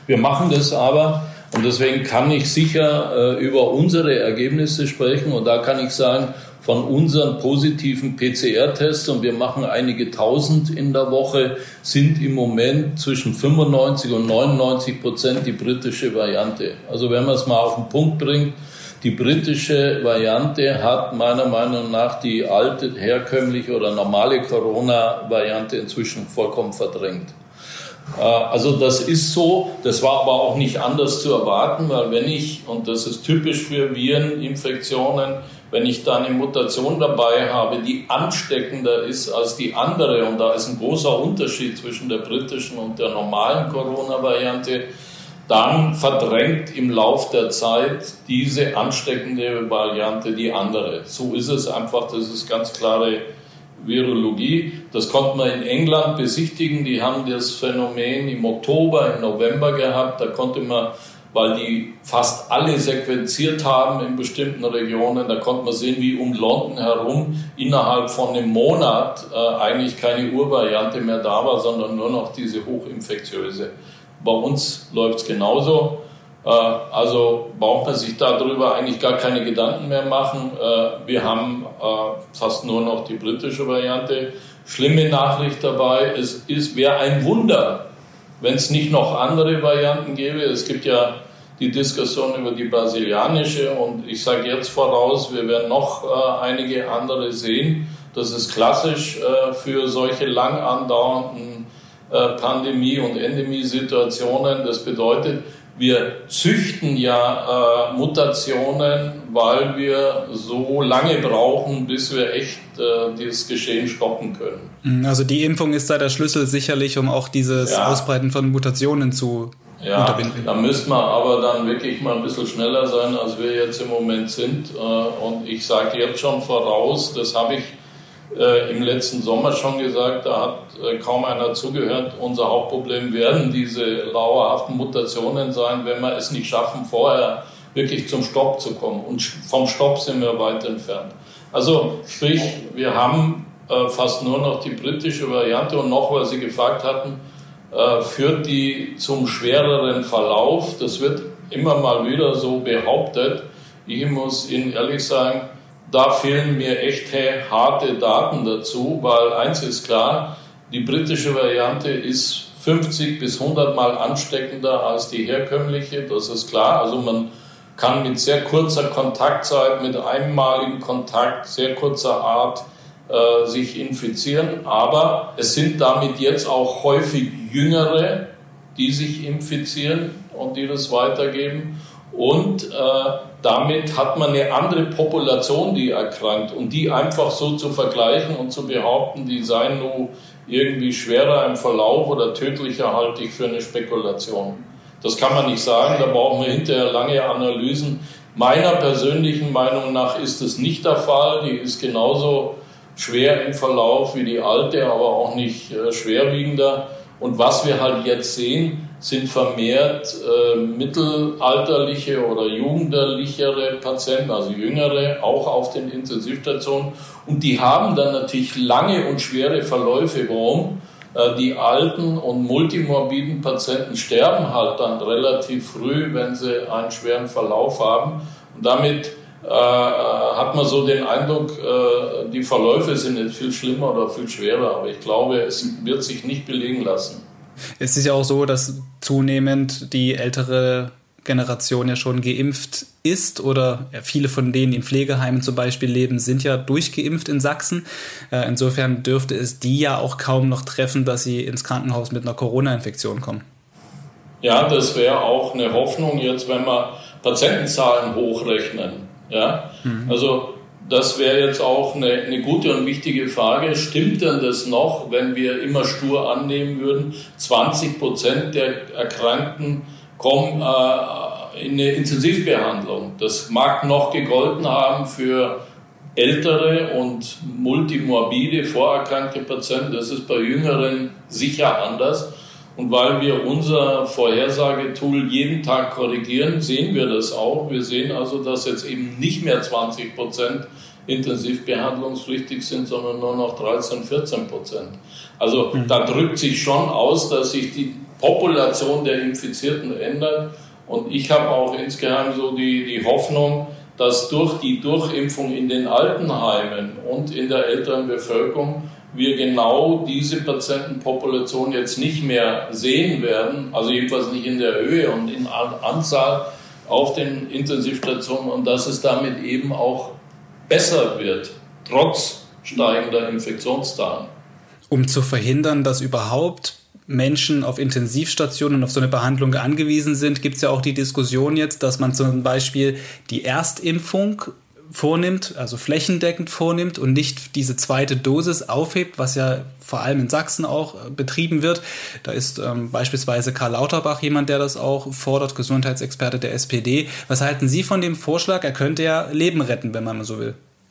Wir machen das aber, und deswegen kann ich sicher äh, über unsere Ergebnisse sprechen, und da kann ich sagen, von unseren positiven P C R-Tests, und wir machen einige tausend in der Woche, sind im Moment zwischen fünfundneunzig und neunundneunzig Prozent die britische Variante. Also wenn man es mal auf den Punkt bringt, die britische Variante hat meiner Meinung nach die alte, herkömmliche oder normale Corona-Variante inzwischen vollkommen verdrängt. Also das ist so, das war aber auch nicht anders zu erwarten, weil wenn ich, und das ist typisch für Vireninfektionen, wenn ich da eine Mutation dabei habe, die ansteckender ist als die andere, und da ist ein großer Unterschied zwischen der britischen und der normalen Corona-Variante, dann verdrängt im Lauf der Zeit diese ansteckende Variante die andere. So ist es einfach, das ist ganz klare Virologie. Das konnte man in England besichtigen, die haben das Phänomen im Oktober, im November gehabt, da konnte man, weil die fast alle sequenziert haben in bestimmten Regionen, da konnte man sehen, wie um London herum innerhalb von einem Monat äh, eigentlich keine Urvariante mehr da war, sondern nur noch diese hochinfektiöse. Bei uns läuft es genauso. Äh, also braucht man sich darüber eigentlich gar keine Gedanken mehr machen. Äh, wir haben äh, fast nur noch die britische Variante. Schlimme Nachricht dabei, es ist, wäre ein Wunder, wenn es nicht noch andere Varianten gäbe. Es gibt ja die Diskussion über die brasilianische, und ich sage jetzt voraus, wir werden noch äh, einige andere sehen. Das ist klassisch äh, für solche lang andauernden äh, Pandemie- und Endemie-Situationen. Das bedeutet, wir züchten ja äh, Mutationen, weil wir so lange brauchen, bis wir echt äh, dieses Geschehen stoppen können. Also die Impfung ist da der Schlüssel sicherlich, um auch dieses ja. Ausbreiten von Mutationen zu ja, unterbinden. Da müsste man aber dann wirklich mal ein bisschen schneller sein, als wir jetzt im Moment sind. Und ich sage jetzt schon voraus, das habe ich äh, im letzten Sommer schon gesagt, da hat äh, kaum einer zugehört. Unser Hauptproblem werden diese dauerhaften Mutationen sein, wenn wir es nicht schaffen, vorher wirklich zum Stopp zu kommen. Und vom Stopp sind wir weit entfernt. Also sprich, wir haben äh, fast nur noch die britische Variante, und noch, weil Sie gefragt hatten, äh, führt die zum schwereren Verlauf. Das wird immer mal wieder so behauptet. Ich muss Ihnen ehrlich sagen, da fehlen mir echt harte Daten dazu, weil eins ist klar, die britische Variante ist fünfzig bis hundert Mal ansteckender als die herkömmliche, das ist klar. Also man kann mit sehr kurzer Kontaktzeit, mit einmaligem Kontakt, sehr kurzer Art äh, sich infizieren, aber es sind damit jetzt auch häufig Jüngere, die sich infizieren und die das weitergeben. Und äh, damit hat man eine andere Population, die erkrankt. Und die einfach so zu vergleichen und zu behaupten, die seien nur irgendwie schwerer im Verlauf oder tödlicher, halte ich für eine Spekulation. Das kann man nicht sagen, da brauchen wir hinterher lange Analysen. Meiner persönlichen Meinung nach ist es nicht der Fall. Die ist genauso schwer im Verlauf wie die alte, aber auch nicht äh, schwerwiegender. Und was wir halt jetzt sehen, sind vermehrt äh, mittelalterliche oder jugendlichere Patienten, also jüngere, auch auf den Intensivstationen. Und die haben dann natürlich lange und schwere Verläufe. Warum? Äh, die alten und multimorbiden Patienten sterben halt dann relativ früh, wenn sie einen schweren Verlauf haben. Und damit äh, hat man so den Eindruck, äh, die Verläufe sind nicht viel schlimmer oder viel schwerer. Aber ich glaube, es wird sich nicht belegen lassen. Es ist ja auch so, dass zunehmend die ältere Generation ja schon geimpft ist, oder ja, viele von denen in Pflegeheimen zum Beispiel leben, sind ja durchgeimpft in Sachsen. Äh, insofern dürfte es die ja auch kaum noch treffen, dass sie ins Krankenhaus mit einer Corona-Infektion kommen. Ja, das wäre auch eine Hoffnung jetzt, wenn wir Patientenzahlen hochrechnen. Ja? Mhm. Also das wäre jetzt auch eine, eine gute und wichtige Frage. Stimmt denn das noch, wenn wir immer stur annehmen würden, zwanzig Prozent der Erkrankten kommen äh, in eine Intensivbehandlung? Das mag noch gegolten haben für ältere und multimorbide, vorerkrankte Patienten. Das ist bei Jüngeren sicher anders. Und weil wir unser Vorhersagetool jeden Tag korrigieren, sehen wir das auch. Wir sehen also, dass jetzt eben nicht mehr zwanzig Prozent intensiv behandlungspflichtig sind, sondern nur noch dreizehn, vierzehn Prozent. Also mhm. da drückt sich schon aus, dass sich die Population der Infizierten ändert. Und ich habe auch insgeheim so die, die Hoffnung, dass durch die Durchimpfung in den Altenheimen und in der älteren Bevölkerung wir genau diese Patientenpopulation jetzt nicht mehr sehen werden, also jedenfalls nicht in der Höhe und in Anzahl auf den Intensivstationen, und dass es damit eben auch besser wird, trotz steigender Infektionszahlen. Um zu verhindern, dass überhaupt Menschen auf Intensivstationen auf so eine Behandlung angewiesen sind, gibt es ja auch die Diskussion jetzt, dass man zum Beispiel die Erstimpfung vornimmt, also flächendeckend vornimmt und nicht diese zweite Dosis aufhebt, was ja vor allem in Sachsen auch betrieben wird. Da ist ähm, beispielsweise Karl Lauterbach jemand, der das auch fordert, Gesundheitsexperte der S P D. Was halten Sie von dem Vorschlag? Er könnte ja Leben retten, wenn man so will.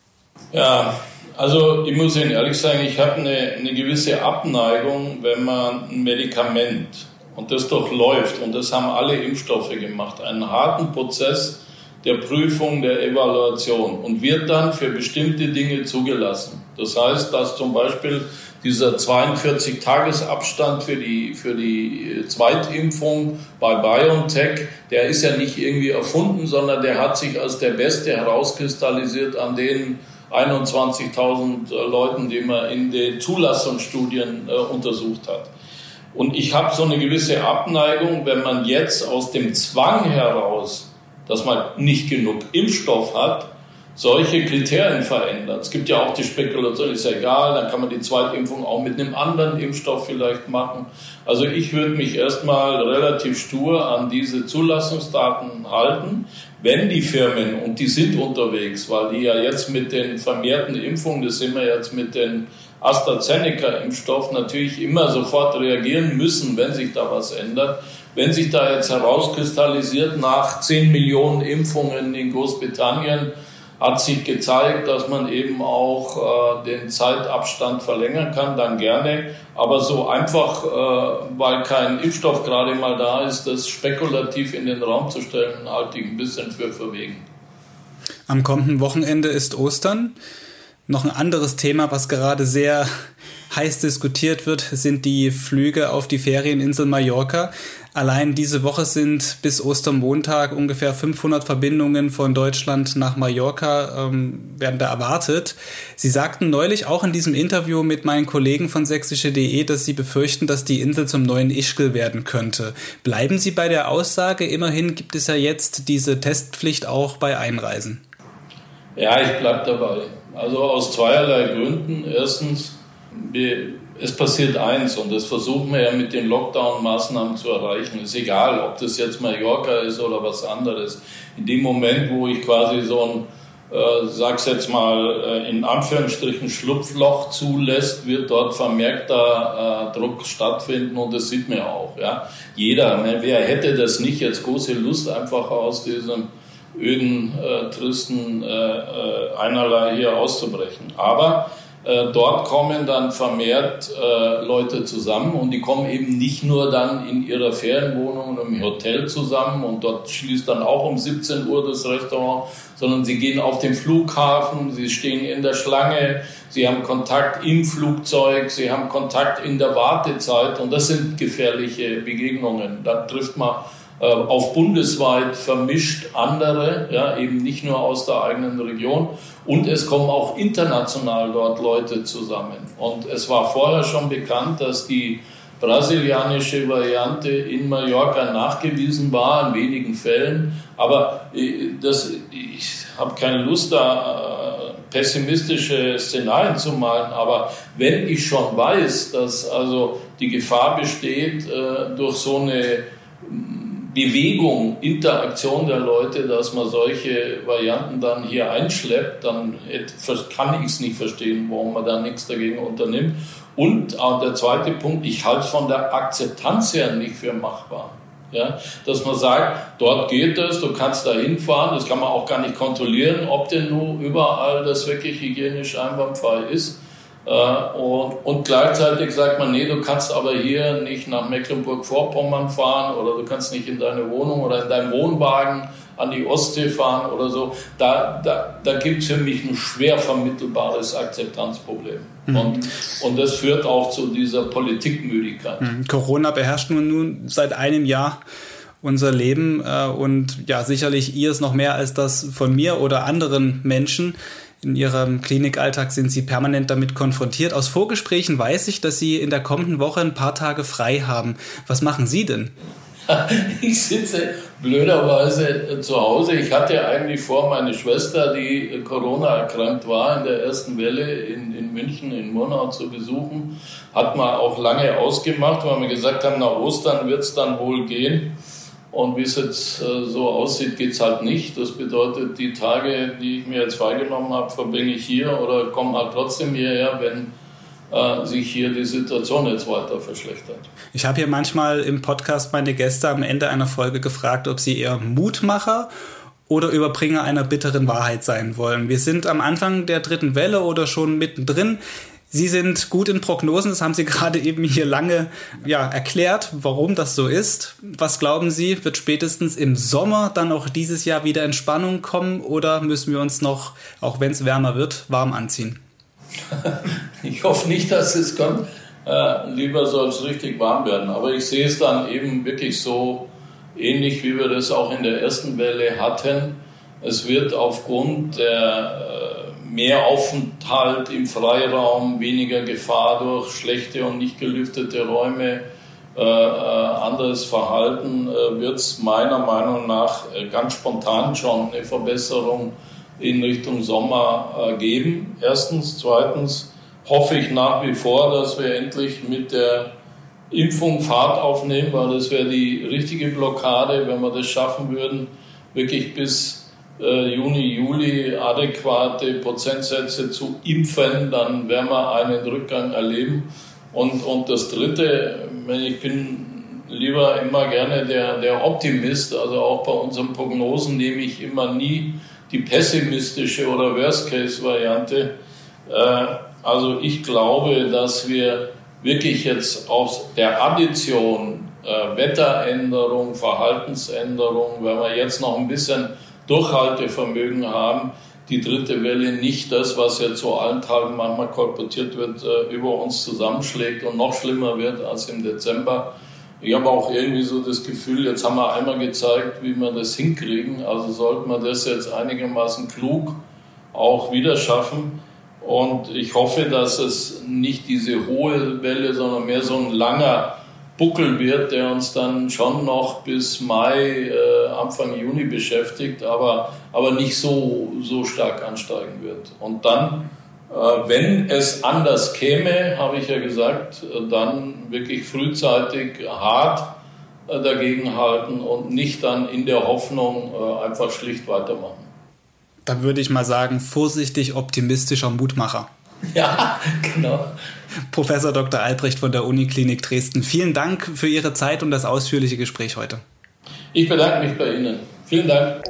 Ja, also ich muss Ihnen ehrlich sagen, ich habe eine, eine gewisse Abneigung, wenn man ein Medikament, und das durchläuft, und das haben alle Impfstoffe gemacht, einen harten Prozess der Prüfung, der Evaluation, und wird dann für bestimmte Dinge zugelassen. Das heißt, dass zum Beispiel dieser zweiundvierzig-Tages-Abstand für die, für die Zweitimpfung bei BioNTech, der ist ja nicht irgendwie erfunden, sondern der hat sich als der Beste herauskristallisiert an den einundzwanzigtausend Leuten, die man in den Zulassungsstudien äh, untersucht hat. Und ich habe so eine gewisse Abneigung, wenn man jetzt aus dem Zwang heraus, dass man nicht genug Impfstoff hat, solche Kriterien verändert. Es gibt ja auch die Spekulation, ist ja egal, dann kann man die Zweitimpfung auch mit einem anderen Impfstoff vielleicht machen. Also ich würde mich erstmal relativ stur an diese Zulassungsdaten halten. Wenn die Firmen, und die sind unterwegs, weil die ja jetzt mit den vermehrten Impfungen, das sind wir jetzt mit den AstraZeneca-Impfstoff, natürlich immer sofort reagieren müssen, wenn sich da was ändert. Wenn sich da jetzt herauskristallisiert, nach zehn Millionen Impfungen in Großbritannien hat sich gezeigt, dass man eben auch äh, den Zeitabstand verlängern kann, dann gerne. Aber so einfach, äh, weil kein Impfstoff gerade mal da ist, das spekulativ in den Raum zu stellen, halte ich ein bisschen für verwegen. Am kommenden Wochenende ist Ostern. Noch ein anderes Thema, was gerade sehr heiß diskutiert wird, sind die Flüge auf die Ferieninsel Mallorca. Allein diese Woche sind bis Ostermontag ungefähr fünfhundert Verbindungen von Deutschland nach Mallorca ähm, werden da erwartet. Sie sagten neulich auch in diesem Interview mit meinen Kollegen von sächsische punkt de, dass Sie befürchten, dass die Insel zum neuen Ischgl werden könnte. Bleiben Sie bei der Aussage? Immerhin gibt es ja jetzt diese Testpflicht auch bei Einreisen. Ja, ich bleibe dabei. Also aus zweierlei Gründen. Erstens, es passiert eins, und das versuchen wir ja mit den Lockdown-Maßnahmen zu erreichen. Ist egal, ob das jetzt Mallorca ist oder was anderes. In dem Moment, wo ich quasi so ein, äh, sag's jetzt mal, äh, in Anführungsstrichen Schlupfloch zulässt, wird dort vermehrter äh, Druck stattfinden, und das sieht man auch. Ja. Jeder, ne, wer hätte das nicht, jetzt große Lust, einfach aus diesem öden, äh, tristen äh, äh, Einerlei hier auszubrechen. Aber äh, dort kommen dann vermehrt äh, Leute zusammen, und die kommen eben nicht nur dann in ihrer Ferienwohnung und im Hotel zusammen, und dort schließt dann auch um siebzehn Uhr das Restaurant, sondern sie gehen auf den Flughafen, sie stehen in der Schlange, sie haben Kontakt im Flugzeug, sie haben Kontakt in der Wartezeit, und das sind gefährliche Begegnungen. Da trifft man auf bundesweit vermischt andere, ja, eben nicht nur aus der eigenen Region, und es kommen auch international dort Leute zusammen. Und es war vorher schon bekannt, dass die brasilianische Variante in Mallorca nachgewiesen war, in wenigen Fällen, aber das, ich habe keine Lust, da pessimistische Szenarien zu malen, aber wenn ich schon weiß, dass also die Gefahr besteht, durch so eine Bewegung, Interaktion der Leute, dass man solche Varianten dann hier einschleppt, dann kann ich es nicht verstehen, warum man da nichts dagegen unternimmt. Und auch der zweite Punkt, ich halte es von der Akzeptanz her nicht für machbar. Ja, dass man sagt, dort geht es, du kannst da hinfahren, das kann man auch gar nicht kontrollieren, ob denn nur überall das wirklich hygienisch einwandfrei ist. Und, und gleichzeitig sagt man, nee, du kannst aber hier nicht nach Mecklenburg-Vorpommern fahren, oder du kannst nicht in deine Wohnung oder in deinen Wohnwagen an die Ostsee fahren oder so. Da, da, da gibt es für mich ein schwer vermittelbares Akzeptanzproblem. Mhm. Und, und das führt auch zu dieser Politikmüdigkeit. Mhm. Corona beherrscht nun, nun seit einem Jahr unser Leben äh, und ja, sicherlich ihr es noch mehr als das von mir oder anderen Menschen. In Ihrem Klinikalltag sind Sie permanent damit konfrontiert. Aus Vorgesprächen weiß ich, dass Sie in der kommenden Woche ein paar Tage frei haben. Was machen Sie denn? Ich sitze blöderweise zu Hause. Ich hatte eigentlich vor, meine Schwester, die Corona erkrankt war, in der ersten Welle in, in München, in Murnau zu besuchen. Hat man auch lange ausgemacht, weil wir gesagt haben, nach Ostern wird es dann wohl gehen. Und wie es jetzt äh, so aussieht, geht es halt nicht. Das bedeutet, die Tage, die ich mir jetzt freigenommen habe, verbringe ich hier oder komme halt trotzdem hierher, wenn äh, sich hier die Situation jetzt weiter verschlechtert. Ich habe hier manchmal im Podcast meine Gäste am Ende einer Folge gefragt, ob sie eher Mutmacher oder Überbringer einer bitteren Wahrheit sein wollen. Wir sind am Anfang der dritten Welle oder schon mittendrin. Sie sind gut in Prognosen, das haben Sie gerade eben hier lange ja, erklärt, warum das so ist. Was glauben Sie, wird spätestens im Sommer dann auch dieses Jahr wieder Entspannung kommen oder müssen wir uns noch, auch wenn es wärmer wird, warm anziehen? Ich hoffe nicht, dass es kommt. Äh, lieber soll es richtig warm werden. Aber ich sehe es dann eben wirklich so ähnlich, wie wir das auch in der ersten Welle hatten. Es wird aufgrund der äh, mehr Aufenthalt im Freiraum, weniger Gefahr durch schlechte und nicht gelüftete Räume, äh, anderes Verhalten, äh, wird es meiner Meinung nach äh, ganz spontan schon eine Verbesserung in Richtung Sommer äh, geben. Erstens. Zweitens hoffe ich nach wie vor, dass wir endlich mit der Impfung Fahrt aufnehmen, weil das wäre die richtige Blockade, wenn wir das schaffen würden, wirklich bis Juni, Juli adäquate Prozentsätze zu impfen, dann werden wir einen Rückgang erleben. Und, und das Dritte, ich bin lieber immer gerne der, der Optimist, also auch bei unseren Prognosen nehme ich immer nie die pessimistische oder Worst-Case-Variante. Also ich glaube, dass wir wirklich jetzt aus der Addition, Wetteränderung, Verhaltensänderung, wenn wir jetzt noch ein bisschen Durchhaltevermögen haben, die dritte Welle nicht das, was ja zu allen Tagen manchmal kolportiert wird, über uns zusammenschlägt und noch schlimmer wird als im Dezember. Ich habe auch irgendwie so das Gefühl, jetzt haben wir einmal gezeigt, wie wir das hinkriegen, also sollten wir das jetzt einigermaßen klug auch wieder schaffen. Und ich hoffe, dass es nicht diese hohe Welle, sondern mehr so ein langer Buckel wird, der uns dann schon noch bis Mai, äh, Anfang Juni beschäftigt, aber, aber nicht so, so stark ansteigen wird. Und dann, äh, wenn es anders käme, habe ich ja gesagt, äh, dann wirklich frühzeitig hart äh, dagegenhalten und nicht dann in der Hoffnung äh, einfach schlicht weitermachen. Da würde ich mal sagen, vorsichtig optimistischer Mutmacher. Ja, genau. Professor Doktor Albrecht von der Uniklinik Dresden, vielen Dank für Ihre Zeit und das ausführliche Gespräch heute. Ich bedanke mich bei Ihnen. Vielen Dank.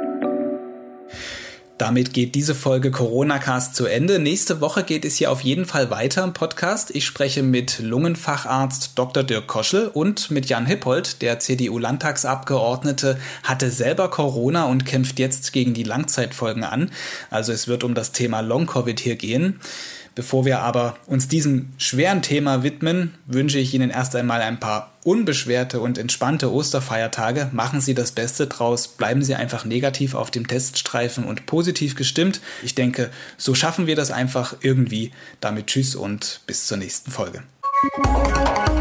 Damit geht diese Folge Corona-Cast zu Ende. Nächste Woche geht es hier auf jeden Fall weiter im Podcast. Ich spreche mit Lungenfacharzt Doktor Dirk Koschel und mit Jan Hippold. Der C D U-Landtagsabgeordnete hatte selber Corona und kämpft jetzt gegen die Langzeitfolgen an. Also es wird um das Thema Long-Covid hier gehen. Bevor wir aber uns diesem schweren Thema widmen, wünsche ich Ihnen erst einmal ein paar unbeschwerte und entspannte Osterfeiertage. Machen Sie das Beste draus, bleiben Sie einfach negativ auf dem Teststreifen und positiv gestimmt. Ich denke, so schaffen wir das einfach irgendwie. Damit tschüss und bis zur nächsten Folge.